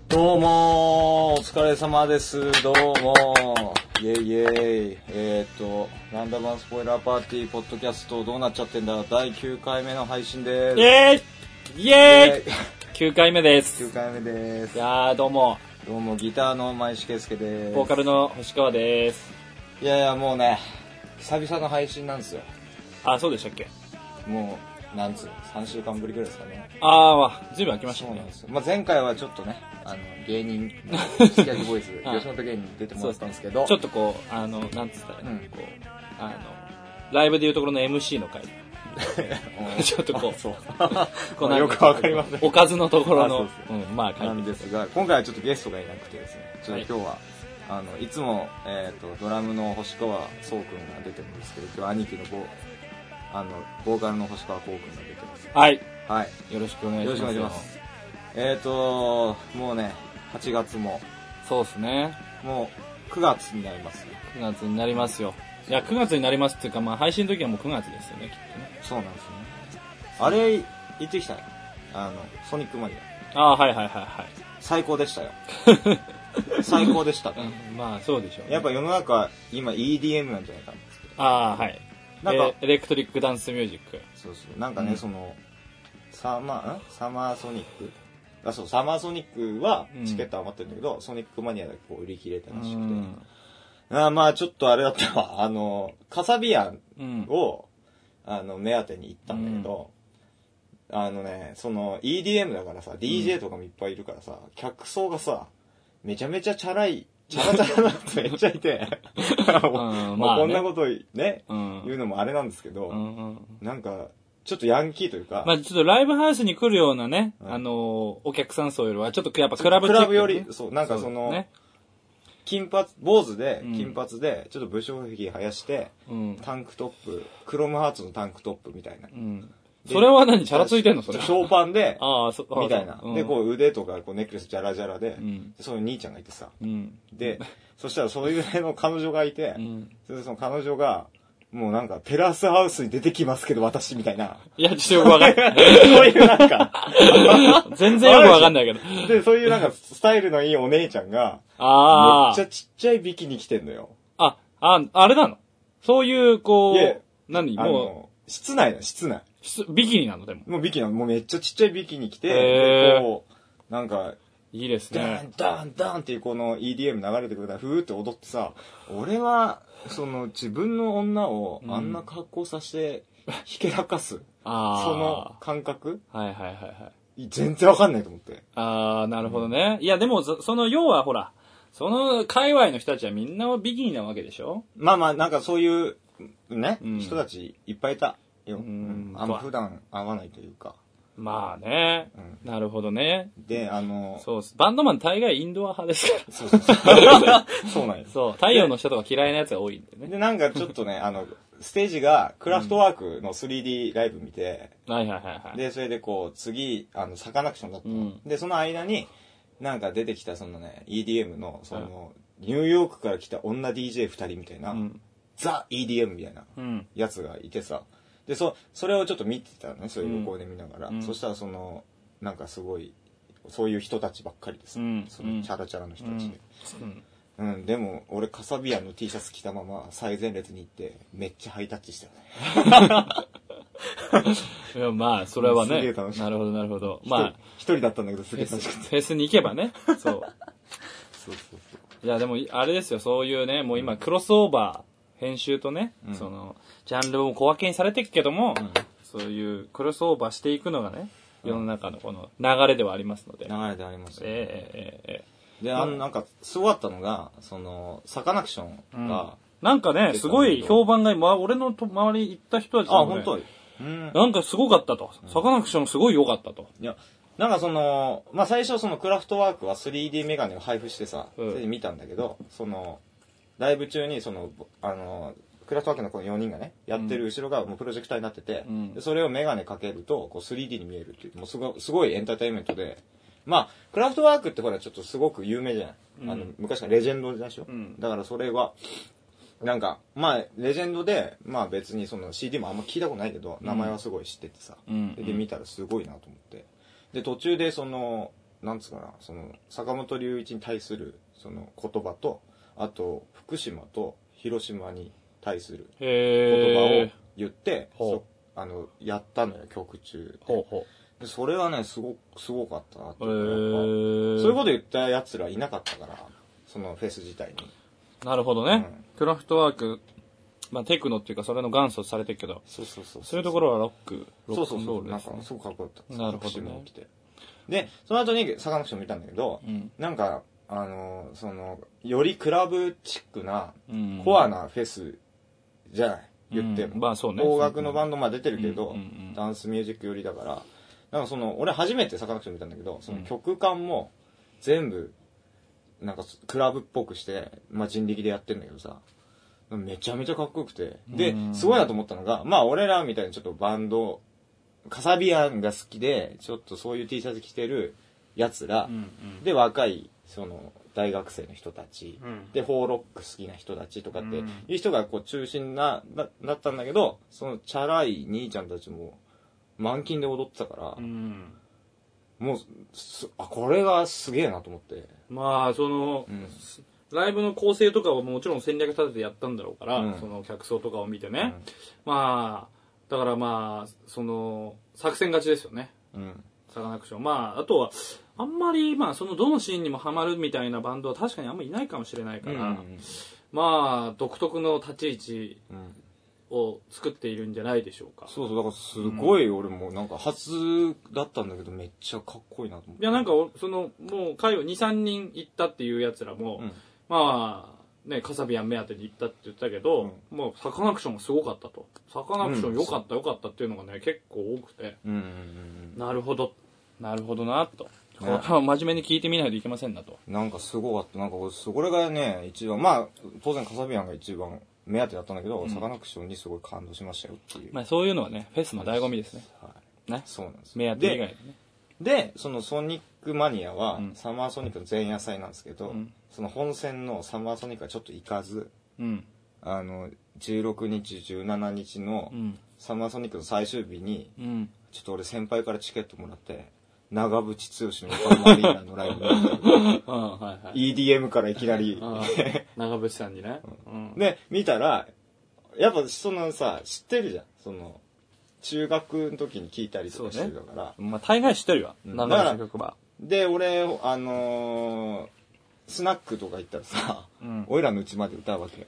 どうもお疲れ様です。どうもイェイイェイ。ランダマンスポイラーパーティーポッドキャストどうなっちゃってんだ。第9回目の配信です。 イェーイイェーイ9回目です。 9回目です。 いやーどうもギターの前石圭介です。 ボーカルの星川です。 いやもうね、久々の配信なんですよ。 あ、そうでしたっけ。 もうなんつうの3週間ぶりぐらいですかね。 ずいぶん空きましたね。 そうなんですよ。前回はちょっとね、芸人すき焼きボイス吉本芸人に出てもらったんですけど、 ちょっとこうなんつったらね、こうライブでいうところの MC の回ちょっとこうこうよくわかりません。 おかずのところのなんですが、今回はちょっとゲストがいなくてですね、ちょっと今日は、いつもドラムの星川壮くんが出てるんですけど、今日兄貴のボーカルの星川こうくんが出てます。 はい。 はい。 よろしくお願いします。 よろしくお願いします。もうね、8月も。 そうですね。 もう9月になります。 9月になりますよ。いや、9月になりますっていうか、配信の時はもう9月ですよね、きっとね。 そうなんですよね。あれ、行ってきたよ。ソニックマニア。 はい。 最高でしたよ。最高でした。 そうでしょう、ね。 やっぱ世の中、今 EDM なんじゃないかな。 はい。なんかエレクトリックダンスミュージック。 そう。なんかね、サマーソニックサマーソニックはチケット余ってるんだけど、ソニックマニアだけこう売り切れたらしくて。ちょっとあれだったわ。カサビアンを、目当てに行ったんだけど、EDM だからさ、DJ とかもいっぱいいるからさ、客層がさ、めちゃめちゃチャラなってめっちゃいて、こんなことね、言うのもあれなんですけど、なんか、ちょっとヤンキーというか。 ちょっとライブハウスに来るようなね、お客さん層よりは、ちょっとやっぱクラブチック、 クラブより、そう、なんか金髪、坊主で、金髪で、ちょっと武将髭生やして、タンクトップ、クロムハーツのタンクトップみたいな。 それは何チャラついてんのそれ。 ショーパンで、みたいな。 うん、 で、こう腕とかこうネックレスジャラジャラで、そういう兄ちゃんがいてさ。で、そしたらそういうの彼女がいて、それでその彼女が、もうなんか、テラスハウスに出てきますけど、私、みたいな。 いや、ちょっとよくわかんない。 そういうなんか。 全然よくわかんないけど。 で、そういうなんか、スタイルのいいお姉ちゃんが、めっちゃちっちゃいビキニ着てんのよ。 あれなのそういう、こう、何もう、室内。 ビキニなのでも。 もうビキニもうめっちゃちっちゃいビキニ着て、で、こう、なんか、 いいですね。 ダンっていうこの EDM 流れてくるから、ふーって踊ってさ、俺は、自分の女をあんな格好させて、ひけらかす。その感覚全然わかんないと思って。 なるほどね。いや、でも、要はほら、その界隈の人たちはみんなビキニなわけでしょ？ なんかそういう、ね、人たちいっぱいいたよ。普段会わないというか。 まあね、なるほどね。 で、 そうバンドマン大概インドア派ですから。 そうなんです。 そう、太陽の下とか嫌いなやつが多いんでね。 で、なんかちょっとね、ステージがクラフトワークの 3D ライブ見て、で、それでこう、次、サカナクションだったの。で、その間に、なんか出てきたEDM の、ニューヨークから来た女 DJ2 人みたいな、ザ・ EDM みたいなやつがいてさ、で、それをちょっと見てたのね、そういう横で見ながら。そしたらなんかすごい、そういう人たちばっかりです。チャラチャラの人たちで。でも、俺、カサビアンの T シャツ着たまま最前列に行って、めっちゃハイタッチしたよね。 いや、それはね。 すげえ楽しい。 なるほど。 一人だったんだけど、すげえ楽しかった。 フェスに行けばね。そう。 そう。 いや、でも、あれですよ、そういうね、もう今、クロスオーバー、編集とね、ジャンルも小分けにされていくけども、そういうクロスオーバーしていくのがね、世の中のこの流れではありますので。 流れでありますよ。で、なんか、すごかったのが、サカナクションが、 なんかね、すごい評判が、俺の周り行った人たちもね、 本当なんかすごかったと。サカナクションすごい良かったと。 いや、なんか最初クラフトワークは 3D メガネを配布してさ、それで見たんだけど、ライブ中にクラフトワークのこの4人がね、やってる後ろがもうプロジェクターになってて、でそれをメガネかけると、こう 3D に見えるっていう、もうすごいエンターテインメントで、クラフトワークってほらちょっとすごく有名じゃない。昔からレジェンドでしょ。だからそれは、なんか、レジェンドで、別にCD もあんま聞いたことないけど、名前はすごい知っててさ、で見たらすごいなと思って。で、途中でなんつうかな、その、坂本龍一に対する、その言葉と、あと、福島と広島に対する言葉を言って、やったのよ、曲中で。でそれはね、すごかったなって。そういうこと言った奴らいなかったから、そのフェス自体に。 なるほどね。クラフトワーク、まあテクノっていうかそれの元祖されてるけど、そういうところはロックンロールですね。 なんかすごくかっこよかった。 なるほどね。 で、その後にサカナクション見たんだけど、なんか、その、よりクラブチックな、コアなフェスじゃない、言っても。 まあそうね。 邦楽のバンドまで出てるけど、ダンスミュージック寄りだから、なんかその、俺初めてサカナクション見たんだけど、その曲感も全部、なんかクラブっぽくして、まあ人力でやってんだけどさ、めちゃめちゃかっこよくて。で、すごいなと思ったのが、まあ俺らみたいにちょっとバンド、カサビアンが好きで、ちょっとそういう T シャツ着てる奴ら、で、若い、その、大学生の人たち、で、フォーロック好きな人たちとかっていう人がこう中心だったんだけど、そのチャラい兄ちゃんたちも、満勤で踊ってたから、もうこれがすげえなと思って。 まあその、ライブの構成とかはもちろん戦略立ててやったんだろうから、その客層とかを見てね、まあだからまあその作戦勝ちですよね、サカナクション。まああとはあんまりまあそのどのシーンにもハマるみたいなバンドは確かにあんまりいないかもしれないから、まあ独特の立ち位置を作っているんじゃないでしょうか。 そうだからすごい俺もなんか初だったんだけどめっちゃかっこいいなと思って。 いやなんかそのもう会を 2,3 人行ったっていうやつらも、まあねカサビアン目当てに行ったって言ったけど、もうサカナクションもすごかったと。サカナクション良かったっていうのがね結構多くて、なるほどなと。真面目に聞いてみないといけませんなと。 なんかすごかった。なんかこれがね一番、まあ当然カサビアンが一番目当てだったんだけど、サカナクションにすごい感動しましたよっていう。 まあそういうのはね、フェスの醍醐味ですね。ね。 そうなんです。 目当て以外のね。 で、そのソニックマニアは、サマーソニックの前夜祭なんですけど、その本戦のサマーソニックはちょっと行かず、16日、17日のサマーソニックの最終日に、ちょっと俺先輩からチケットもらって、長渕剛の横浜アリーナのライブにEDM からいきなり長渕さんにね、 で見たらやっぱそのさ知ってるじゃん、その中学の時に聞いたりとかしてるから、 まあ大概知ってるよ、長渕の曲は。 で俺スナックとか行ったらさ、俺らの家まで歌うわけよ。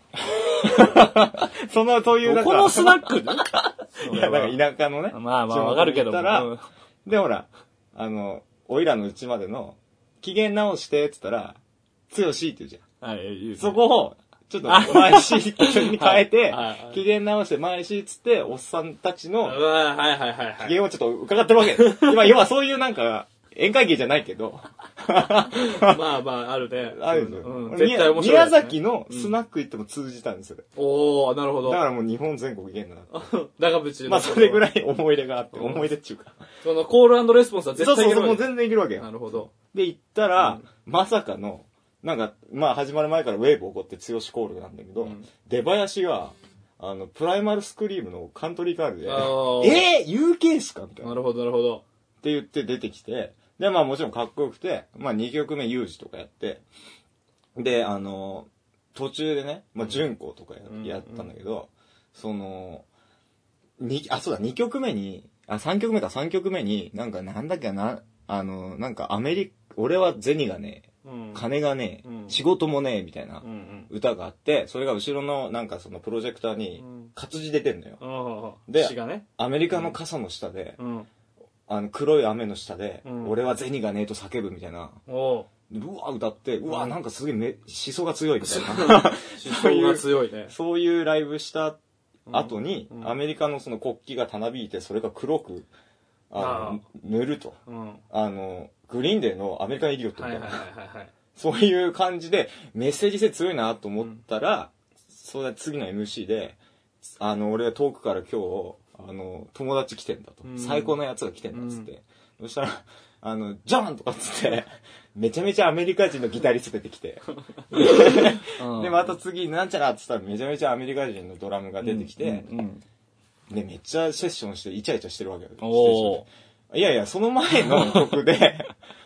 そういうどこのスナックいやなんか田舎のね、 まあわかるけども、 でほらおいらの家までの、機嫌直してって言ったら、強しって言うじゃん。はい、言う。そこを、ちょっと、前しに変えて、機嫌直して前しっつって、おっさんたちの、機嫌をちょっと伺ってるわけ。今、要はそういうなんか、宴会芸じゃないけど。 まあまあ、あるね。 あるんですよ。絶対面白い。宮崎のスナック行っても通じたんですよ。 おー、なるほど。 だからもう日本全国行けんだな。 長渕。 まあそれぐらい思い入れがあって、思い出っていうか。 そのコール&レスポンスは絶対いけるわけ。 そう、もう全然いけるわけよ。 なるほど。 で、行ったら、まさかの、なんか、まあ始まる前からウェーブ起こって剛コールなんだけど、出囃子が、プライマルスクリームのカントリーカールで、UK っすかみたいな。 なるほど、なるほど。 って言って出てきて、で、まあもちろんかっこよくて、まあ2曲目ユージとかやって、で、途中でね、まあ純子とかやったんだけど、そうだ、2曲目に、3曲目か、3曲目に、なんかなんだっけな、なんか俺は銭がねえ、金がねえ、仕事もねえ、みたいな歌があって、それが後ろのなんかそのプロジェクターに活字出てんのよ。で、アメリカの傘の下で、黒い雨の下で、俺は銭がねえと叫ぶみたいな。うわ、歌って、うわ、なんかすげえ思想が強いみたいな。 思想が強いね。 そういうライブした後に、アメリカのその国旗がたなびいて、それが黒く、塗ると。グリーンデーのアメリカンイディオットみたいな。そういう感じで、メッセージ性強いなと思ったら、それ次の MC で、俺は遠くから今日、友達来てんだと。最高のやつが来てんだっつって。そしたら、ジャンとかっつって、めちゃめちゃアメリカ人のギタリスト出てきて。で、また次、なんちゃらっつったらめちゃめちゃアメリカ人のドラムが出てきて、で、めっちゃセッションしてイチャイチャしてるわけよ。いやいや、その前の曲で、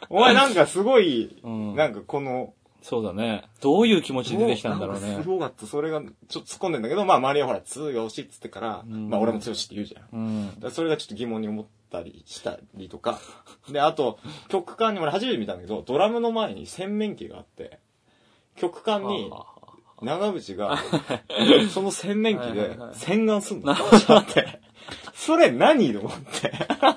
お前なんかすごい、なんかこの、 そうだね。どういう気持ちで出てきたんだろうね。 すごかった。それがちょっと突っ込んでんだけど、まあ周りはほら、強しっつってから、まあ俺も強しって言うじゃん。だからそれがちょっと疑問に思ったりしたりとか。で、あと、曲間に俺初めて見たんだけど、ドラムの前に洗面器があって、曲間に、長渕が、その洗面器で洗顔すんの。それ何と思って。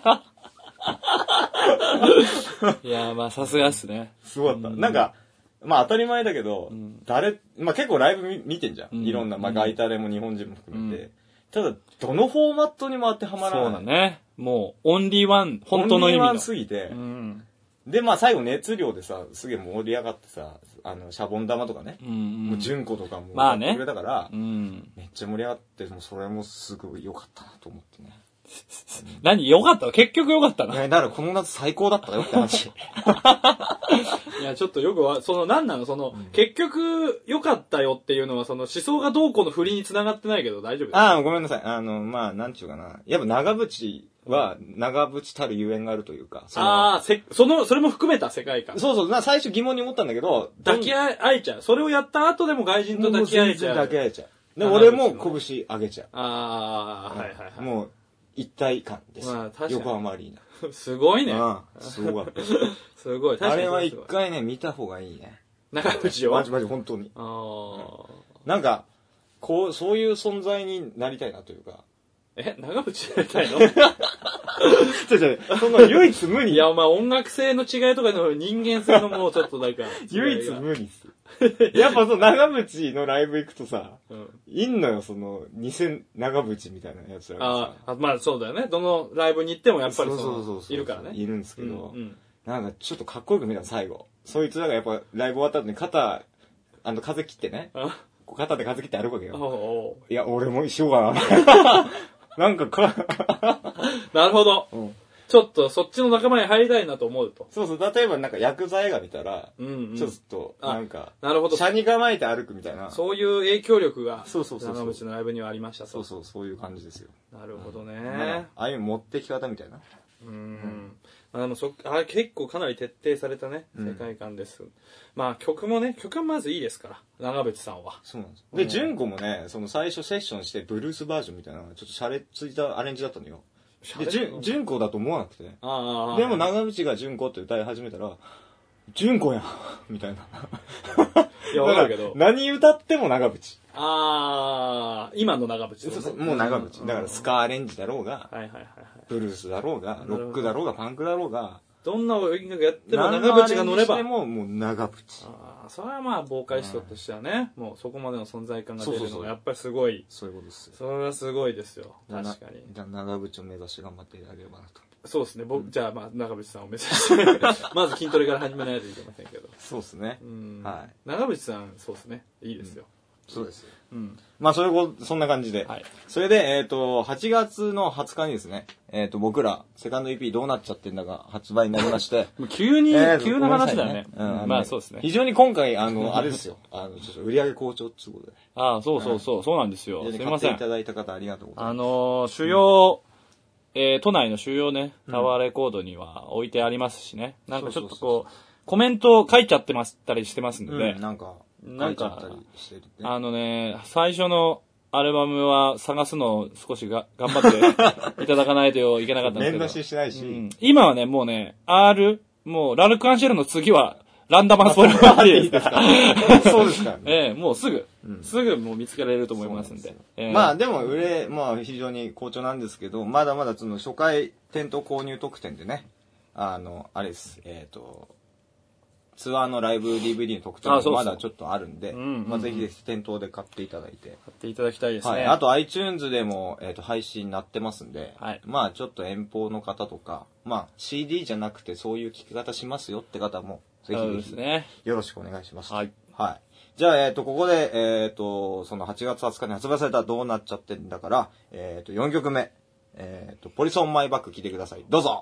いやまあさすがっすね。 すごかった。なんか、まあ当たり前だけど、まあ結構ライブ見てんじゃん。いろんな、まあガイタレも日本人も含めて。ただ、どのフォーマットにも当てはまらない。 そうだね。もう、オンリーワン、本当の意味の。オンリーワンすぎて。で、まあ最後熱量でさ、すげえ盛り上がってさ、シャボン玉とかね。もう純子とかもまあね。 くれたから、めっちゃ盛り上がって、もうそれもすごい良かったなと思ってね。 何良かったの？結局良かったの？ だからこの夏最高だったよって話。いや、ちょっとよく何なの結局良かったよっていうのは、思想がどうこうの振りに繋がってないけど大丈夫ですか？ ごめんなさい。まあ、なんちゅうかな。やっぱ長渕は、長渕たるゆえんがあるというか。 それも含めた世界観。 そう。最初疑問に思ったんだけど。 抱き合えちゃう。それをやった後でも外人と抱き合えちゃう。 抱き合えちゃう。で、俺も拳上げちゃう。 はい。 もう、一体感です。横浜アリーナ。すごいね。 すごかった。 すごい。 あれは一回ね、見た方がいいね。 長渕をマジ本当に。なんか、そういう存在になりたいなというか。 長渕やりたいの？ その唯一無二。 いや、まあ音楽性の違いとかの人間性のもうちょっとなんか。 唯一無二っす。やっぱ長渕のライブ行くとさ、いんのよ、偽長渕みたいなやつらがさ。まあそうだよね。どのライブに行ってもやっぱりいるからね。 いるんですけど、なんかちょっとかっこよく見たの、最後。そいつらがやっぱライブ終わった後に風切ってね。肩で風切って歩くわけよ。いや、俺もしようかな。なんかなるほど。ちょっとそっちの仲間に入りたいなと思うと。 そう。例えばなんかヤクザ映画見たら、ちょっとなんか、 なるほど。 車に構えて歩くみたいな。 そういう影響力が、 長渕のライブにはありましたと。 そういう感じですよ。 なるほどね。 ああいう持ってき方みたいな。 でも結構かなり徹底されたね、世界観です。まあ曲はまずいいですから、長渕さんは。 そうなんです。で、純子もね、最初セッションしてブルースバージョンみたいな、ちょっとシャレついたアレンジだったのよ。で、純子だと思わなくて。でも長渕が純子って歌い始めたら、純子やんみたいな。 いや、わかるけど。 何歌っても長渕。 今の長渕。 もう長渕。だからスカアレンジだろうが、ブルースだろうが、ロックだろうが、パンクだろうが、 どんな音楽やっても長渕が乗れば。 もう長渕。 それはまあ、ボーカリストとしてはね、もうそこまでの存在感が出るのがやっぱりすごい。 そういうことです。 それはすごいですよ。確かに。 じゃあ長渕を目指して頑張っていただければなと。 そうですね。じゃあまあ、長渕さんを目指して、まず筋トレから始めないといけませんけど。 そうですね。はい。 長渕さん、そうですね。いいですよ。 そうですよ。まあ、そんな感じで。それで、8月の20日にですね、僕ら、セカンド EP どうなっちゃってんだが発売になりまして。 急な話だよね。まあ、そうですね。 非常に今回、あれですよ。ちょっと売上好調っていうことで。 そうなんですよ。すいません。 買っていただいた方ありがとうございます。 都内の主要ね、タワーレコードには置いてありますしね。なんかちょっとコメント書いちゃってたりしてますので。 なんか、 最初のアルバムは探すのを少し頑張っていただかないといけなかったんですけど。 連出ししないし。 今はね、もうね、もうラルクアンシェルの次は、ランダマンスポイルパーティーですから。 そうですからね。もうすぐもう見つけられると思いますんで。 まあでも非常に好調なんですけど、まだまだ初回店頭購入特典でね、あれです、ツアーのライブ DVD の特典もまだちょっとあるんで、ぜひぜひ店頭で買っていただいて。 買っていただきたいですね。 あと iTunes でも、配信になってますんで、まあちょっと遠方の方とか、まあ CD じゃなくてそういう聴き方しますよって方も、ぜひぜひよろしくお願いします。はい。じゃあ、ここで、その8月20日に発売されたどうなっちゃってんだから、4曲目、ポリソンマイバック聴いてください。どうぞ。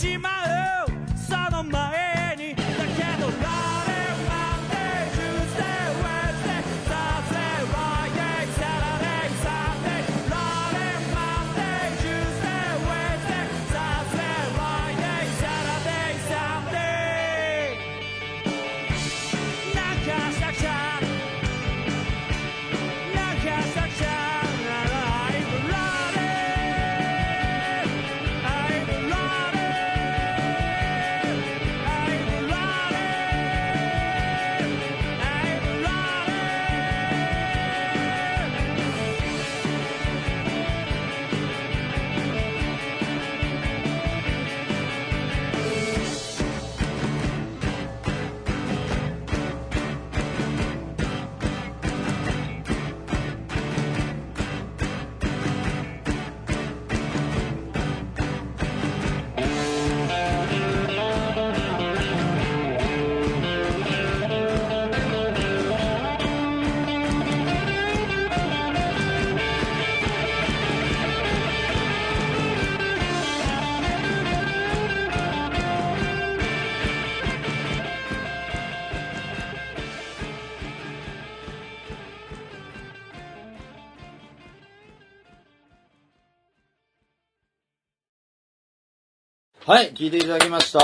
しまうその前にだけどはい、聴いていただきました。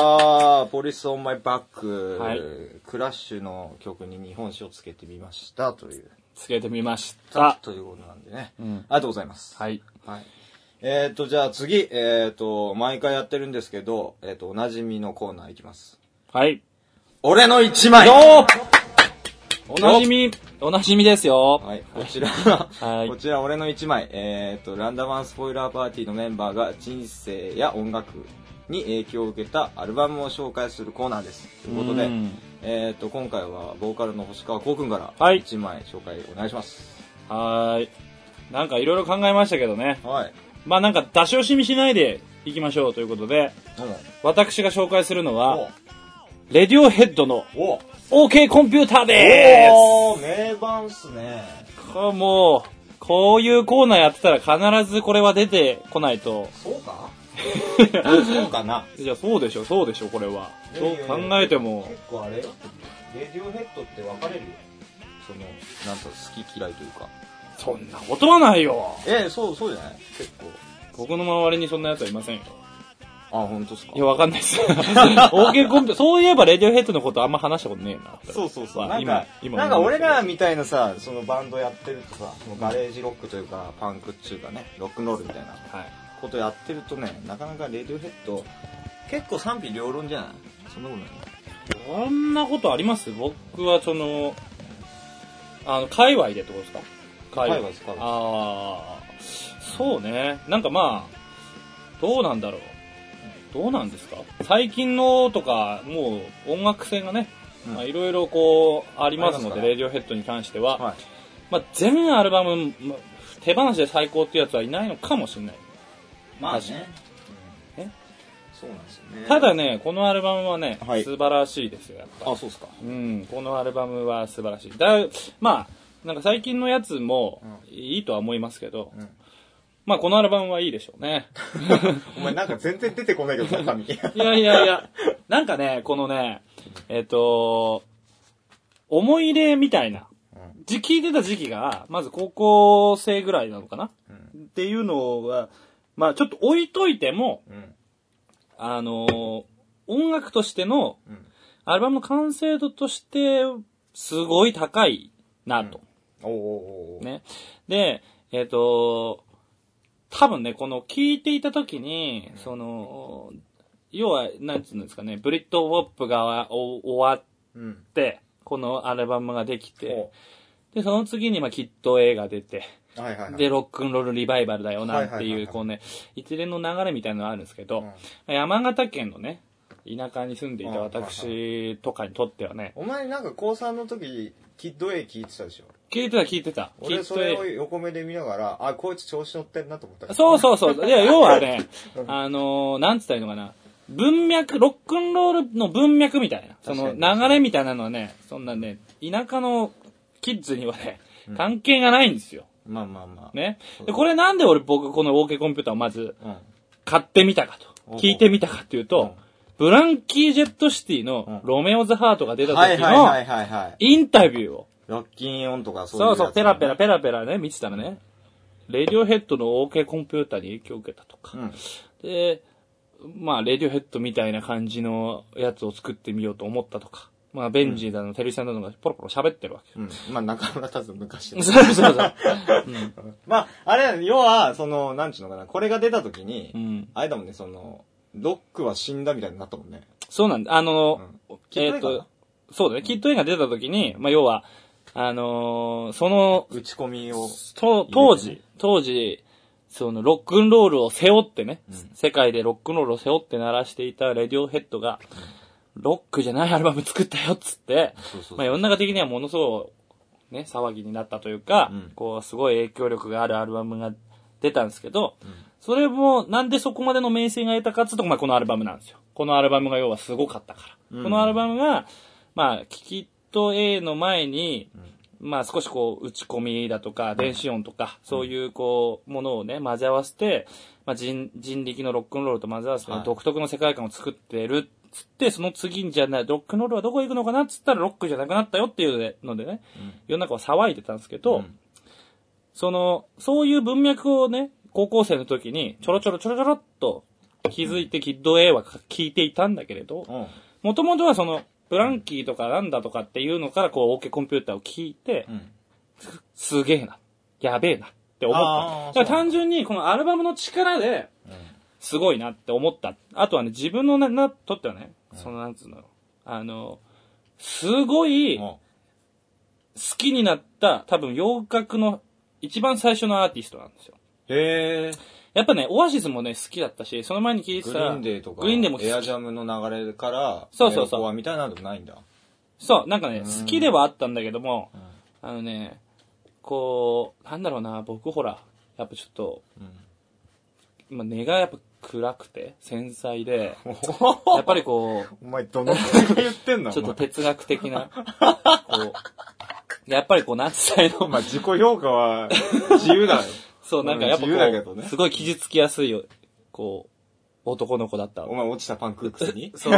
ポリスオンマイバック、 はい、 クラッシュの曲に日本酒をつけてみましたという。 つけてみました。 ということなんでね。ありがとうございます。 はい。 はい。じゃあ次、毎回やってるんですけど、おなじみのコーナーいきます。 はい。 俺の一枚おなじみですよ。 はい、こちら、 はい、 こちら俺の一枚、ランダマンスポイラーパーティーのメンバーが人生や音楽に影響を受けたアルバムを紹介するコーナーです。ということで、今回はボーカルの星川こうくんから一枚紹介お願いします。 はい。なんかいろいろ考えましたけどね。 はい。 まあなんか出し惜しみしないでいきましょうということで、私が紹介するのは、レディオヘッドの OK コンピューターでーす。名盤っすね。 もう、こういうコーナーやってたら必ずこれは出てこないと。 そうかそうかな。 いや、そうでしょ、これは。そう考えても。 結構あれよ。レディオヘッドって分かれるよ。なんか好き嫌いというか。 そんなことはないよ。 そうじゃない結構。 僕の周りにそんな奴はいませんよ。 あ、本当ですか。 いや、わかんないです。OK コンピューター、そういえばレディオヘッドのことあんま話したことねえな。 そう。なんか俺らみたいなさ、そのバンドやってるとさ、そのガレージロックというか、パンクっていうかね、ロックンロールみたいなことやってるとね、なかなかレディオヘッド、結構賛否両論じゃない？そんなことない？ そんなことあります？僕は界隈でってことですか？ 界隈ですか？ そうね。なんかまあ、どうなんだろう。どうなんですか？最近のとか、もう音楽性がね、いろいろこう、ありますので、レディオヘッドに関しては、はい、まあ全アルバム、手放しで最高っていうやつはいないのかもしれない。 まあね。そうなんですよね。 ただね、このアルバムはね、はい、素晴らしいですよ、やっぱり。 あ、そうですか。 このアルバムは素晴らしい。まあ、なんか最近のやつもいいとは思いますけど、まあこのアルバムはいいでしょうね。 お前なんか全然出てこないけど、中身。いや。なんかね、このね、思い入れみたいな。聞いてた時期が、まず高校生ぐらいなのかな、っていうのは、まあちょっと置いといても、音楽としての、アルバムの完成度として、すごい高いなと。ね。で、多分ね、この聴いていた時に、要は、なんつうんですかね、ブリッドポップが終わって、このアルバムができて、で、その次にキッド A が出て、で、ロックンロールリバイバルだよなっていう、こうね、一連の流れみたいなのがあるんですけど、山形県のね、田舎に住んでいた私とかにとってはね。 お前なんか高3の時、キッド A 聞いてたでしょ？ 聞いてた。 俺それを横目で見ながら、あ、こいつ調子乗ってんなと思った。 そう。いや、要はね、なんつったらいいのかな。文脈、ロックンロールの文脈みたいな。その流れみたいなのはね、そんなね、田舎のキッズにはね、関係がないんですよ。 まあ。 ね。で、これなんで僕この OK コンピューターをまず、買ってみたかと。 聞いてみたかっていうと、ブランキー・ジェット・シティのロメオ・ザ・ハートが出た時のインタビューを。 ロッキンオンとかそういう、 そう、ペラペラね、見てたらね、レディオヘッドの OK コンピューターに影響を受けたとか。で、まあ、レディオヘッドみたいな感じのやつを作ってみようと思ったとか。まあ、ベンジーだの、テリーさんだのがポロポロ喋ってるわけ。 まあ、中村達昔。 そう。 まあ、あれ、要は、なんちゅうのかな、これが出た時に、あれだもんね、ロックは死んだみたいになったもんね。 そうなんだ。そうだね、キッド A が出た時に、まあ、要は、その、 打ち込みを。 当時、ロックンロールを背負ってね、世界でロックンロールを背負って鳴らしていたレディオヘッドが、ロックじゃないアルバム作ったよっつって、まあ世の中的にはものすごいね、騒ぎになったというか、こう、すごい影響力があるアルバムが出たんですけど、それも、なんでそこまでの名声が得たかっつうと、まあこのアルバムなんですよ。このアルバムが要はすごかったから。このアルバムが、まあ、キッド A の前に、まあ少しこう、打ち込みだとか、電子音とか、そういうこう、ものをね、混ぜ合わせて、まあ人力のロックンロールと混ぜ合わせて、独特の世界観を作ってるつって、その次にじゃない、ロックンロールはどこ行くのかなっつったらロックじゃなくなったよっていうのでね、世の中は騒いでたんですけど、そういう文脈をね、高校生の時にちょろちょろっと気づいてキッド A は聞いていたんだけれど、もともとはブランキーとかなんだとかっていうのからこう OK コンピューターを聞いて、すげえな、やべえなって思った。だから単純にこのアルバムの力で、すごいなって思った。あとはね、自分のとってはね、なんつうの、すごい、好きになった、多分洋楽の一番最初のアーティストなんですよ。 へー。 やっぱね、オアシスもね、好きだったし、その前に聴いてたグリーンデーとか、エアジャムの流れから、 そうみたいなのでもないんだ。 そう、なんかね、好きではあったんだけども、こう、なんだろうな、僕ほら、やっぱちょっと、まあ、根がやっぱ暗くて、繊細で、やっぱりこう、 お前どのくらい言ってんのちょっと哲学的な、こう、やっぱりこう、なんつったらいいの？ まあ、自己評価は自由だよ。 そう、なんかやっぱこう、すごい傷つきやすい、こう、男の子だった。 お前落ちたパン食うくせにそう。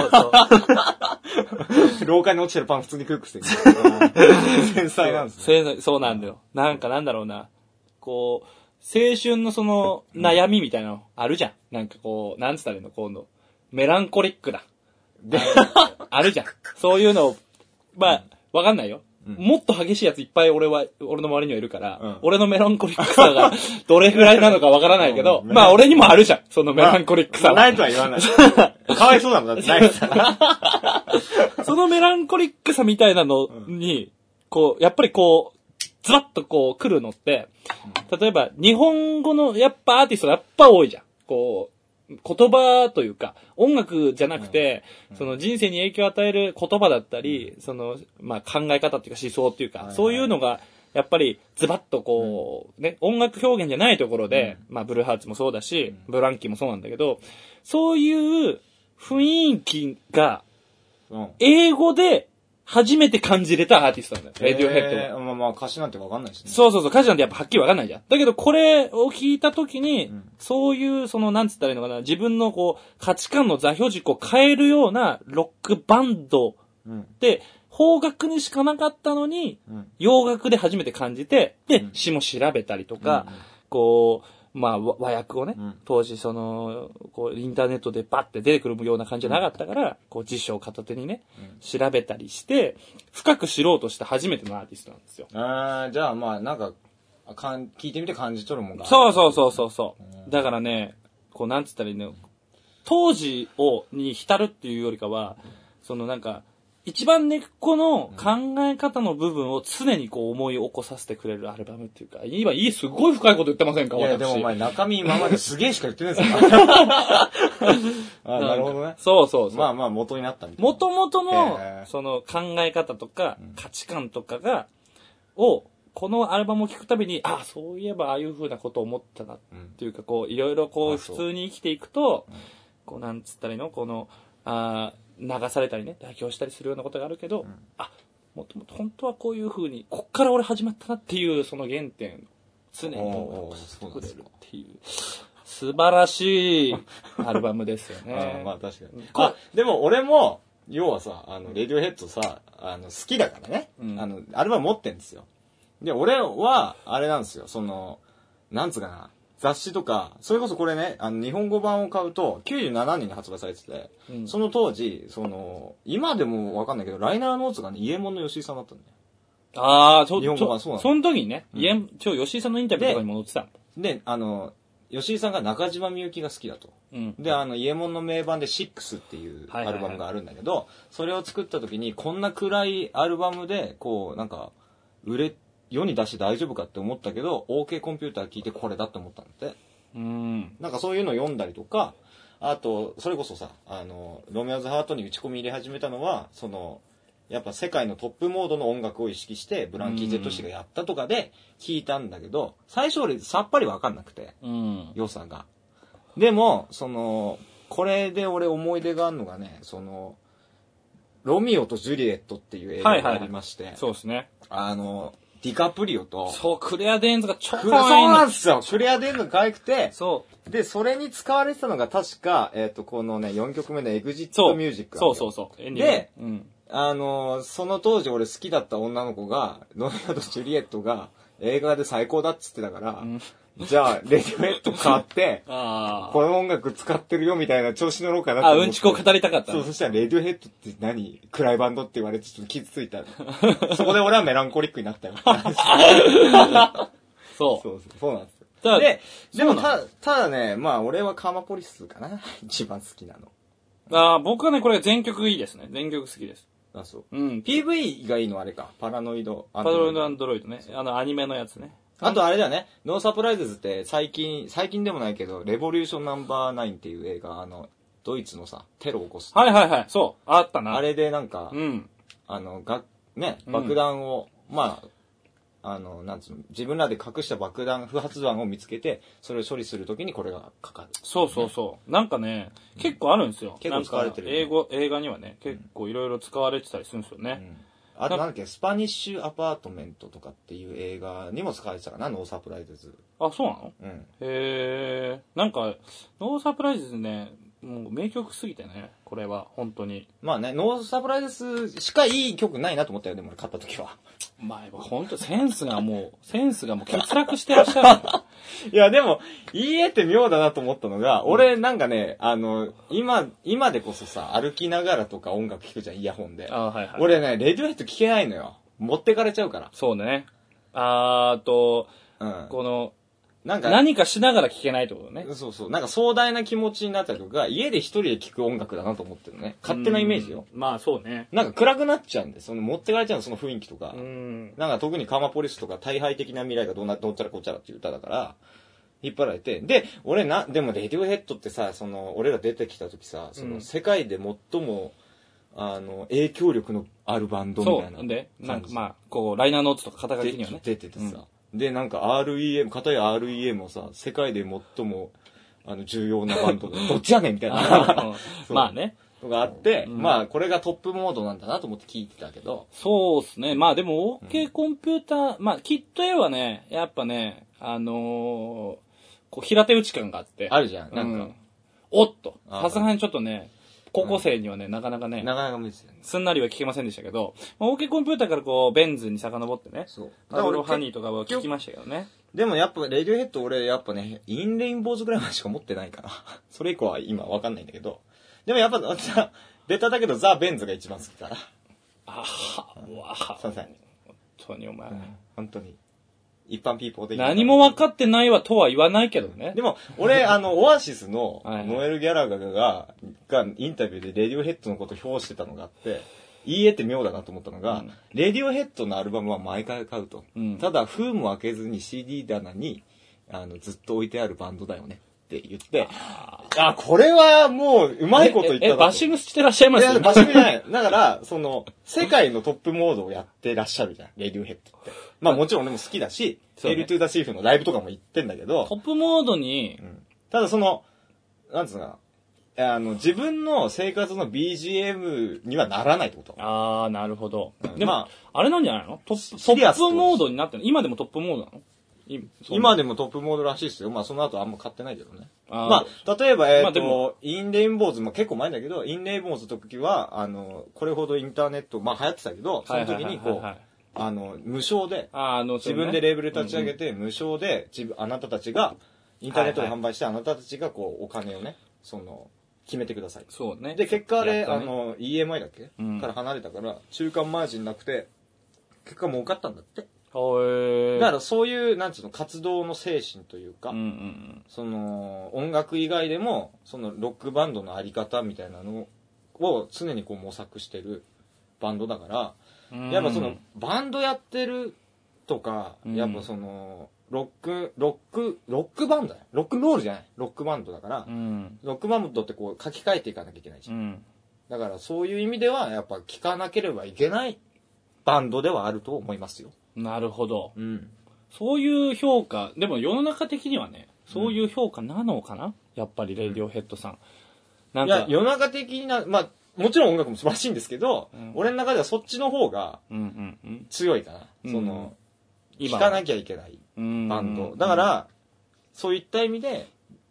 廊下に落ちてるパン普通に食うくせに。繊細なんですね。そうなんだよ。なんかなんだろうな。こう、青春の悩みみたいなのあるじゃん。なんかこう、なんつったらいいの今度。メランコリックだ。あるじゃん。そういうのを、まあ、わかんないよ。もっと激しいやついっぱい俺の周りにはいるから、俺のメランコリックさがどれぐらいなのかわからないけど、まあ俺にもあるじゃん。そのメランコリックさは。 ないとは言わない。かわいそうなんだってないさ。 そのメランコリックさみたいなのに、こう、やっぱりこう、ズバッとこう来るのって、例えば日本語のやっぱアーティストがやっぱ多いじゃん。こう、言葉というか、音楽じゃなくて、その人生に影響を与える言葉だったり、まあ考え方っていうか思想っていうか、そういうのが、やっぱりズバッとこう、ね、音楽表現じゃないところで、まあブルーハーツもそうだし、ブランキーもそうなんだけど、そういう雰囲気が、英語で初めて感じれたアーティストなんだよ。レディオヘッドは。 まあ歌詞なんてわかんないしね。 そう。歌詞なんてやっぱはっきりわかんないじゃん。だけどこれを聞いたときに、そういうなんつったらいいのかな、自分のこう、価値観の座標軸を変えるようなロックバンドで、邦楽にしかなかったのに、洋楽で初めて感じて、で、詩も調べたりとか、こう、まあ、和訳をね、当時こう、インターネットでバッて出てくるような感じじゃなかったから、こう、辞書を片手にね、調べたりして、深く知ろうとした初めてのアーティストなんですよ。 じゃあまあ、なんか、聞いてみて感じ取るもんが。 そう。だからね、こう、なんつったらいいの、当時に浸るっていうよりかは、なんか、一番根っこの考え方の部分を常にこう思い起こさせてくれるアルバムっていうか、今すごい深いこと言ってませんか？ いや、でもお前中身今まですげえしか言ってないですよ。なるほどね。 そう。 まあまあ元になったみたいな。 元々の、考え方とか価値観とかこのアルバムを聴くたびに、そういえばああいう風なことを思ったなっていうか、こう、いろいろこう、普通に生きていくと、こう、なんつったらいいの？流されたりね、妥協したりするようなことがあるけど、もともと本当はこういう風に、こっから俺始まったなっていう、その原点、常に作れるっていう。 素晴らしいアルバムですよね。 まあ確かに。でも俺も、要はさ、レディオヘッドさ、好きだからね。アルバム持ってんですよ。で、俺は、あれなんですよ、なんつうかな、雑誌とか、それこそこれね、日本語版を買うと、97年に発売されてて、その当時、今でもわかんないけど、ライナーノーツがね、伊右衛門の吉井さんだったんだよ。 日本語版そうなの。その時にね、吉井さんのインタビューとかにも載ってたの。で、吉井さんが中島みゆきが好きだと。で、伊右衛門の名盤で6っていうアルバムがあるんだけど、それを作った時に、こんな暗いアルバムで、なんか、世に出して大丈夫かって思ったけど、OK コンピューター聞いてこれだって思ったんだって。なんかそういうのを読んだりとか、あと、それこそさ、ロミオズハートに打ち込み入れ始めたのは、やっぱ世界のトップモードの音楽を意識して、ブランキー・ジェット氏がやったとかで聞いたんだけど、最初俺さっぱりわかんなくて、良さが。でも、これで俺思い出があるのがね、ロミオとジュリエットっていう映画がありまして、 そうですね。 ディカプリオと、 そう、クレア・デーンズが超可愛いそうなんですよ。クレア・デーンズが可愛くて、 そう。 で、それに使われてたのが確か、このね、4曲目のエグジットミュージック。 そう。 で、その当時俺好きだった女の子が、ロミオとジュリエットが映画で最高だっつってたから、じゃあ、レディオヘッド買って、この音楽使ってるよみたいな調子乗ろうかなって思って。 うんちこ語りたかった。 そう、そしたらレディオヘッドって何暗いバンドって言われてちょっと傷ついた。そこで俺はメランコリックになったよ。そうなんですよ。でもただね、まあ俺はカーマポリスかな。一番好きなの。 僕はね、これ全曲いいですね。全曲好きです。 そう。PV がいいのあれか。パラノイドアンドロイドね。アニメのやつね。 あとあれだよね、ノーサプライズズって最近でもないけど、レボリューションナンバー9っていう映画、ドイツのさ、テロを起こす。 はい、そう、あったな。 あれでなんか、爆弾を、なんつうの、自分らで隠した不発弾を見つけて、それを処理するときにこれがかかる。 そう。なんかね、結構あるんですよ。 結構使われてる。 映画にはね、結構いろいろ使われてたりするんですよね。 あとなんだっけ、スパニッシュアパートメントとかっていう映画にも使われてたかな、ノーサプライズズ。 そうなの？へー。なんか、ノーサプライズズね、もう名曲すぎてね、これは、本当に。 まあね、ノーサプライズズしかいい曲ないなと思ったよ、でも俺買った時は。 本当センスがもう欠落してらっしゃる。 いや、でも、いい絵って妙だなと思ったのが、俺なんかね、今でこそさ、歩きながらとか音楽聴くじゃん、イヤホンで。俺ね、レディオヘッド聴けないのよ。持ってかれちゃうから。 そうね。この、何かしながら聴けないってことね。 そう。なんか壮大な気持ちになったりとか、家で一人で聴く音楽だなと思ってるのね。勝手なイメージよ。 まあそうね。 なんか暗くなっちゃうんで、持ってかれちゃうの、その雰囲気とか。なんか特にカーマポリスとか、大敗的な未来がどっちゃらこっちゃらっていう歌だから、引っ張られて。で、でもレディオヘッドってさ、俺ら出てきた時さ、世界で最も、影響力のあるバンドみたいな。 そう。で、なんかライナーノーツとか肩書きにはね。 出ててさ。で、なんか REM、片や REM をさ、世界で最も、重要なバンドで、どっちやねんみたいな。 まあね。 のがあって、これがトップモードなんだなと思って聞いてたけど。 そうですね。でも OK コンピューター、きっと絵はね、やっぱね、平手打ち感があって。 あるじゃん、なんか。 おっと。さすがにちょっとね、高校生にはね、なかなかね、 無理ですよね。 すんなりは聞けませんでしたけど、OK コンピューターからベンズに遡ってね、パブロハニーとかは聞きましたけどね。 でもやっぱ、レディオヘッド俺やっぱね、インレインボーズぐらいまでしか持ってないから。それ以降は今わかんないんだけど。でもやっぱ、ベタだけどザ・ベンズが一番好きかな。すいません。 本当にお前。 本当に。一般ピーポーで何も分かってないわとは言わないけどね。 でも、俺、オアシスのノエル・ギャラガーがインタビューでレディオヘッドのことを評してたのがあって、いい絵って妙だなと思ったのが、レディオヘッドのアルバムは毎回買うと。ただ、封も開けずに CD 棚に、ずっと置いてあるバンドだよねって言って、これはもう、うまいこと言ったなと。 バッシングしてらっしゃいますよね。 バッシングじゃない。だから、世界のトップモードをやってらっしゃるじゃん、レディオヘッドって。もちろん俺も好きだし、ヘイル・トゥ・ザ・シーフのライブとかも行ってんだけど、 トップモードに、 ただなんつうのかな、自分の生活の BGM にはならないってこと。 なるほど。でも、あれなんじゃないのトップモードになってるの？今でもトップモードなの？ 今でもトップモードらしいですよ。まあその後あんま買ってないけどね。まあ、例えば、インレインボーズも結構前だけど、インレインボーズの時は、これほどインターネット、まあ流行ってたけど、その時にこう、無償で、自分でレーベル立ち上げて、無償で、あなたたちが、インターネットで販売して、あなたたちがこう、お金をね、決めてください。 そうね。 で、結果あれ、EMI だっけから離れたから、中間マージンなくて、結果儲かったんだって。だからそういう、なんつうの、活動の精神というか、音楽以外でも、ロックバンドのあり方みたいなのを常にこう模索してるバンドだから、やっぱバンドやってるとか、やっぱロックバンドだよ。ロックンロールじゃない。ロックバンドだから、ロックバンドってこう書き換えていかなきゃいけないじゃん。だからそういう意味では、やっぱ聴かなければいけないバンドではあると思いますよ。 なるほど。そういう評価、でも世の中的にはね、そういう評価なのかな、やっぱりレイディオヘッドさん。 なんかいや、世の中的な、まあ、もちろん音楽も素晴らしいんですけど、俺の中ではそっちの方が強いかな。聴かなきゃいけないバンド。だから、そういった意味で、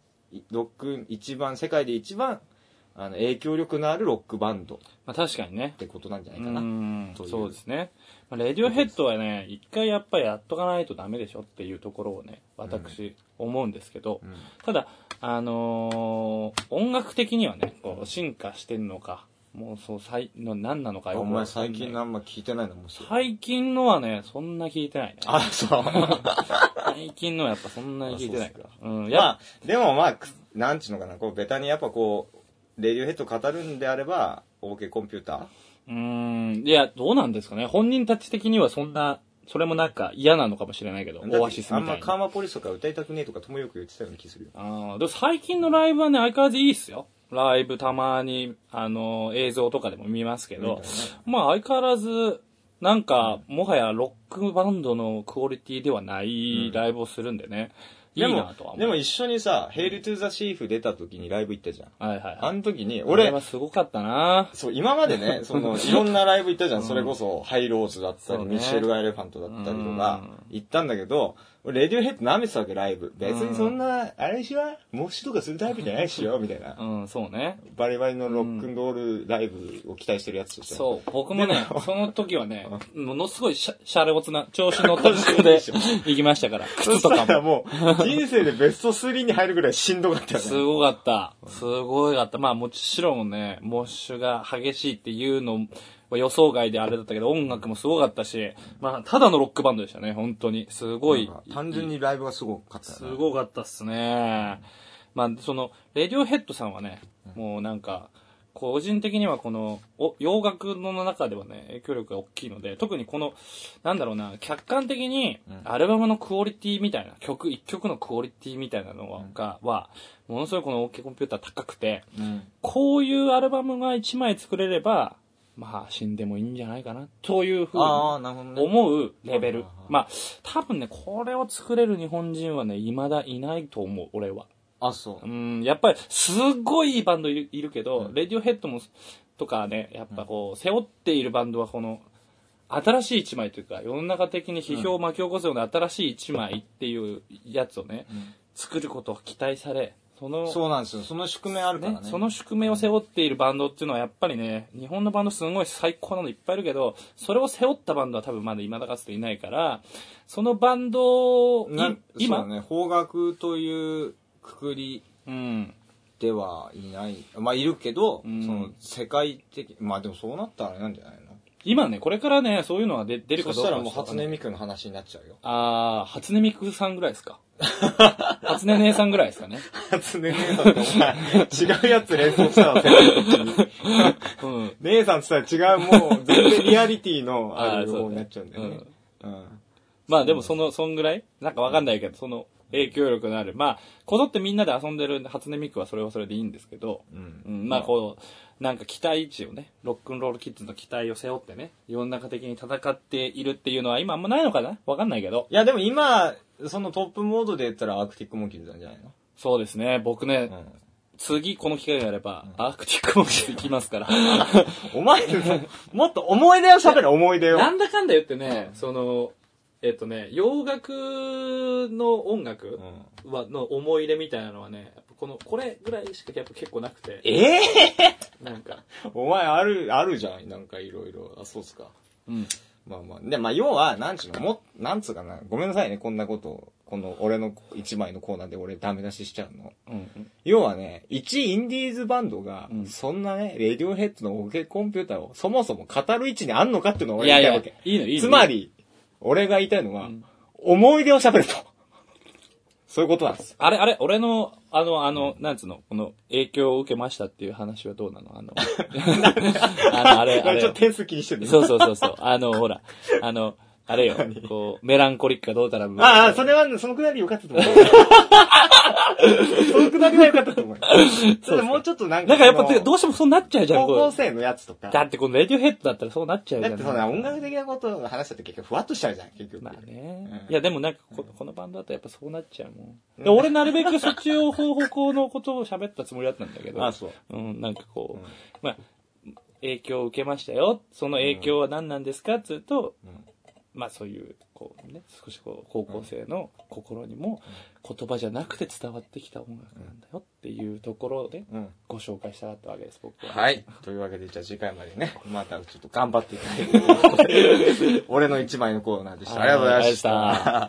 世界で一番、影響力のあるロックバンド。 まあ確かにね。 ってことなんじゃないかな。 そうですね。まあ、レディオヘッドはね、一回やっぱりやっとかないとダメでしょっていうところをね、私、思うんですけど、ただ、音楽的にはね、こう進化してるのか、もう何なのかよくわかんない。 お前最近あんま聞いてないのもし最近のはね、そんな聞いてないね。 あ、そう。 最近のはやっぱそんなに聞いてないから。 まあ、でもまあ、なんちゅうのかな、こう、ベタにやっぱこう、レディオヘッド語るんであれば、OK コンピューター？ いや、どうなんですかね。本人たち的にはそれもなんか嫌なのかもしれないけど、オアシスみたいな。 あんまカーマポリスとか歌いたくねえとかともよく言ってたような気するよ。 でも最近のライブはね、相変わらずいいっすよ。ライブたまに、映像とかでも見ますけど、まあ相変わらず、なんか、もはやロックバンドのクオリティではないライブをするんでね。いいなとは思う。 でも一緒にさ、ヘイルトゥーザシーフ出た時にライブ行ったじゃん。 はいはいはい。 あの時に、 俺はすごかったな。 そう、今までね、いろんなライブ行ったじゃん。それこそ、ハイローズだったり、ミシェル・エレファントだったりとか、行ったんだけど、レディオヘッド舐めてたわけ、ライブ。別にそんな、あれしは、モッシュとかするタイプじゃないしよ、みたいな。 そうね。 バリバリのロックンロールライブを期待してるやつとして。 そう、僕もね、その時はね、ものすごいシャレオツな、調子乗った服で行きましたから。靴とかも。 もう、人生でベスト3に入るぐらいしんどかったよね。 すごかった。すごかった。まあもちろんね、モッシュが激しいっていうの予想外であれだったけど、音楽もすごかったし、まあ、ただのロックバンドでしたね、本当に。すごい。 単純にライブがすごかった、ね。 すごかったっすね。まあ、レディオヘッドさんはね、もうなんか、個人的にはこの、洋楽の中ではね、影響力が大きいので、特にこの、なんだろうな、客観的に、アルバムのクオリティみたいな、一曲のクオリティみたいなのは、ものすごいこの OK コンピューター高くて、こういうアルバムが1枚作れれば、まあ、死んでもいいんじゃないかな、というふうに思うレベル。まあ、多分ね、これを作れる日本人はね、未だいないと思う、俺は。 あ、そう。 やっぱり、すごいいいバンドいるけど、レディオヘッドも、とかね、やっぱこう、背負っているバンドはこの、新しい一枚というか、世の中的に批評を巻き起こすような新しい一枚っていうやつをね、作ることを期待され、 そうなんですよ。その宿命あるからね。 その宿命を背負っているバンドっていうのはやっぱりね、日本のバンドすごい最高なのいっぱいいるけど、それを背負ったバンドは多分まだ未だかつていないから、そのバンド今そうね、邦楽というくくりではいない。まあいるけど、世界的、まあでもそうなったらあれなんじゃないの？ 今ね、これからね、そういうのが出るかどうか。 そしたらもう初音ミクの話になっちゃうよ。 初音ミクさんぐらいですか。初音姉さんぐらいですかね。 初音姉さんってお前、違うやつ連想したわ、姉さんって言ったら違う、もう、全然リアリティのある方になっちゃうんだよね。 まあでもそんぐらいなんかわかんないけど、その影響力のある。まあ、こぞってみんなで遊んでる初音ミクはそれはそれでいいんですけど、まあこう、なんか期待値をね、ロックンロールキッズの期待を背負ってね、世の中的に戦っているっていうのは今あんまないのかな？わかんないけど。 いやでも今、そのトップモードで言ったらアークティックモンキーズなんじゃないの？ そうですね、僕ね、次この機会があれば、アークティックモンキーズ行きますから。 お前、もっと思い出を喋る、思い出を。 なんだかんだ言ってね、 洋楽の音楽の思い入れみたいなのはね、これぐらいしかやっぱ結構なくて。なんか。 お前あるじゃん。なんかいろいろ。あ、そうっすか。うん。まあまあ。で、まあ要は、なんつうかな。ごめんなさいね、こんなことを。この俺の一枚のコーナーで俺ダメ出ししちゃうの。うんうん、要はね、一インディーズバンドが、そんなね、レディオヘッドのオケコンピューターをそもそも語る位置にあんのかっていうのを俺言いたいわけ。 いやいいの。 つまり、俺が言いたいのは、思い出を喋ると。そういうことなんです。 あれ、俺の、なんつうの、この影響を受けましたっていう話はどうなのあれ。 ちょっと点数気にしてる。 そう。ほら、あれよ、こう、メランコリックかどうたら。 それは、そのくだり良かったと思う。そのくだりは良かったと思う。そうもうちょっとなんかやっぱ、どうしてもそうなっちゃうじゃん、 高校生のやつとか。 だってこのレディオヘッドだったらそうなっちゃうじゃん。 だってそんな音楽的なことを話したって結局ふわっとしちゃうじゃん、結局。 まあね。いや、でもなんかこのバンドだとやっぱそうなっちゃうもん。俺なるべくそっち方向のことを喋ったつもりだったんだけど。 そう。 なんかこう、まあ、影響を受けましたよ。その影響は何なんですかっていうと、まあそういう、こうね、少しこう、高校生の心にも言葉じゃなくて伝わってきた音楽なんだよっていうところでご紹介したかったわけです、僕は。 はい。というわけで、じゃあ次回までね、またちょっと頑張っていただいて、俺の一枚のコーナーでした。ありがとうございました。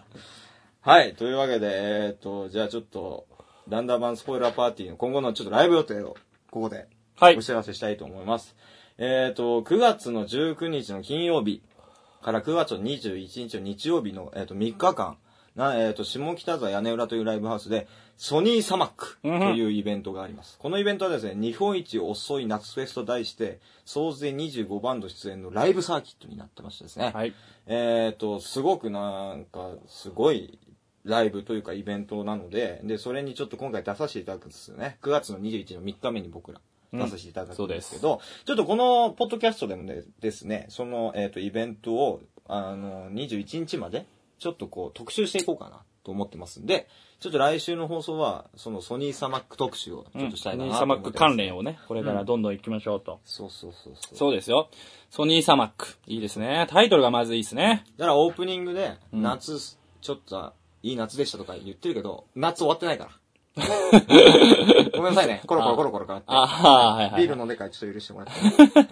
はい。というわけで、じゃあちょっと、ランダーバンスポイラーパーティーの今後のちょっとライブ予定を、ここで、お知らせしたいと思います。9月の19日の金曜日、から9月の21日の日曜日の、3日間、下北沢屋根裏というライブハウスで、ソニーサマックというイベントがあります。このイベントはですね、日本一遅い夏フェスと題して、総勢25バンド出演のライブサーキットになってましてですね。はい。すごくなんか、すごいライブというかイベントなので、それにちょっと今回出させていただくんですよね。9月の21日の3日目に僕ら。出させていただくんですけど、ちょっとこのポッドキャストでもですね、その、イベントを、21日まで、ちょっとこう、特集していこうかなと思ってますんで、ちょっと来週の放送は、そのソニーサマック特集をちょっとしたいなと思ってます。ソニーサマック関連をね、これからどんどん行きましょうと。 そう。 そうですよ。ソニーサマック。いいですね。タイトルがまずいいですね。 だからオープニングで、夏、ちょっと、いい夏でしたとか言ってるけど、夏終わってないから。ごめんなさいね。コロコロかって。 はい。 ビール飲んでからちょっと許してもらって。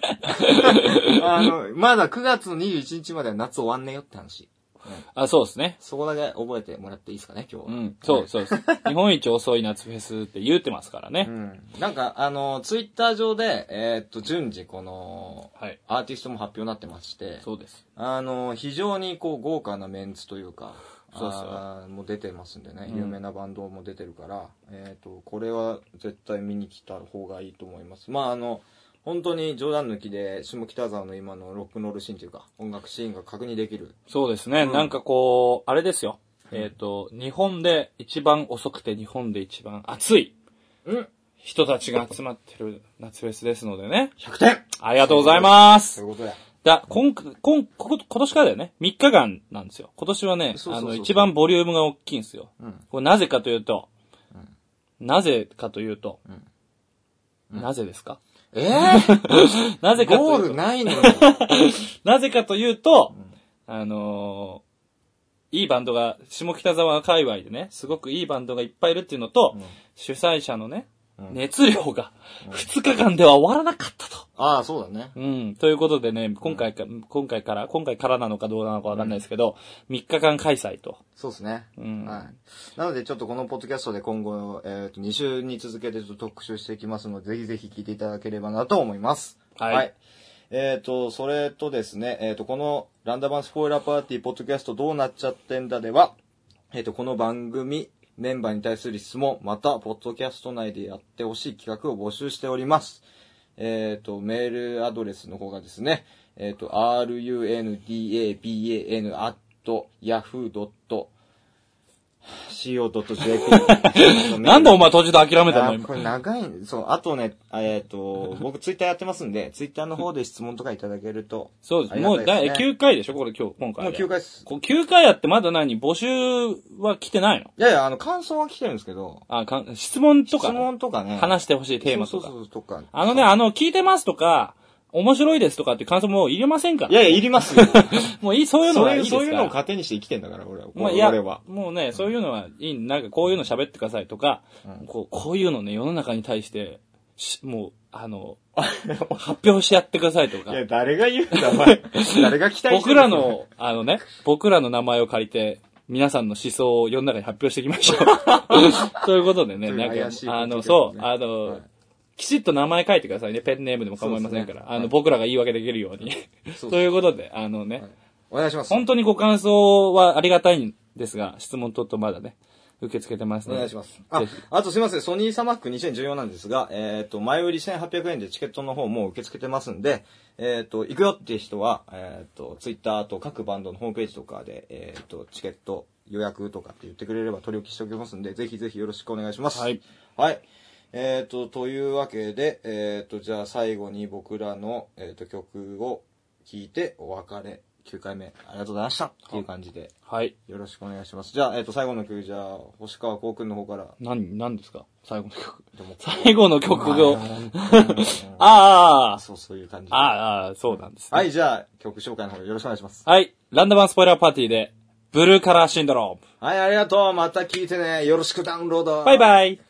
まだ9月の21日までは夏終わんねえよって話。 そうですね。 そこだけ覚えてもらっていいですかね、今日は。そうです。日本一遅い夏フェスって言ってますからね。 なんか、ツイッター上で、順次この、アーティストも発表になってまして、 そうです。 非常にこう豪華なメンツというか、もう出てますんでね、有名なバンドも出てるから、これは絶対見に来た方がいいと思います。まあ本当に冗談抜きで下北沢の今のロックンロールシーンというか音楽シーンが確認できる。 そうですね、なんかこうあれですよ、日本で一番遅くて日本で一番暑い人たちが集まってる夏フェスですのでね、 100点ありがとうございます。 そういうことや。 今年からだよね。3日間なんですよ。今年はね、一番ボリュームが大きいんですよ。これなぜかというと、なぜですかなぜかというと。 ゴールないのよ。 なぜかというと、いいバンドが、下北沢界隈でね、すごくいいバンドがいっぱいいるっていうのと、主催者のね、熱量が2日間では終わらなかったと。 そうだね。 ということでね、今回からなのかどうなのかわかんないですけど、3日間開催と。 そうですね。なのでちょっとこのポッドキャストで今後、2週に続けてちょっと特集していきますので、ぜひぜひ聞いていただければなと思います。はい。それとですね、このランダマンスポイラーパーティーポッドキャストどうなっちゃってんだでは、この番組、メンバーに対する質問、また、ポッドキャスト内でやってほしい企画を募集しております。メールアドレスの方がですね、rundaban.yahoo.co.jp なんでお前途中で諦めたの今。 これ長い、そう、あとね、僕ツイッターやってますんで、ツイッターの方で質問とかいただけると。 そうです。もう9回でしょこれ今回。 もう9回です。 9回やってまだ募集は来てないの？ いや、感想は来てるんですけど。 質問とか。 質問とかね。 話してほしいテーマとか。 そうとか。 聞いてますとか、 面白いですとかって感想もういりませんから。 いやいや、いりますよ。 もういい、そういうのはいいですから。 そういうのを糧にして生きてんだから、俺は。 まあ、いや、もうね、そういうのはいい。なんかこういうの喋ってくださいとか、こういうのね、世の中に対して、もう、発表しやってくださいとか。 いや、誰が言うんだ、お前。誰が期待してる僕らの、僕らの名前を借りて、皆さんの思想を世の中に発表していきましょう。そういうことでね、なんか、きちっと名前書いてくださいね。ペンネームでも構いませんから。僕らが言い訳できるように。ということで、 お願いします。 本当にご感想はありがたいんですが、質問とまだね、受け付けてますので。お願いします。あとすいません、ソニーサマック2014なんですが、前売り1800円でチケットの方も受け付けてますんで、行くよっていう人は、ツイッターと各バンドのホームページとかで、チケット予約とかって言ってくれれば取り置きしておきますんで、ぜひぜひよろしくお願いします。はい。はい。というわけで、じゃあ最後に僕らの、曲を聴いてお別れ。9回目、ありがとうございましたっていう感じで。はい。よろしくお願いします。じゃあ、最後の曲、じゃあ、星川光くんの方から。 何ですか最後の曲。最後の曲を。 そういう感じ。 そうなんです、 ね。はい、じゃあ、曲紹介の方よろしくお願いします。 はい。ランダマンスポイラーパーティーで、ブルーカラーシンドローム。 はい、ありがとう。また聴いてね。よろしくダウンロード。 バイバイ。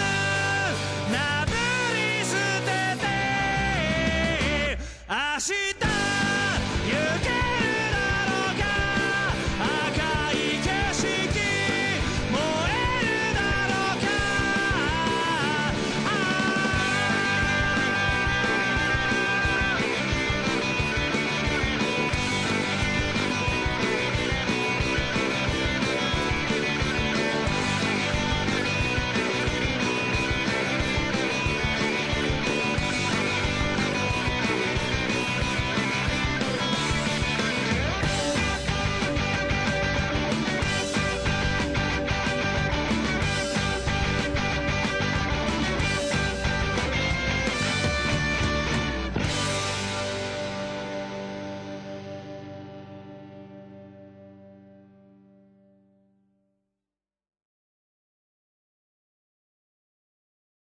明日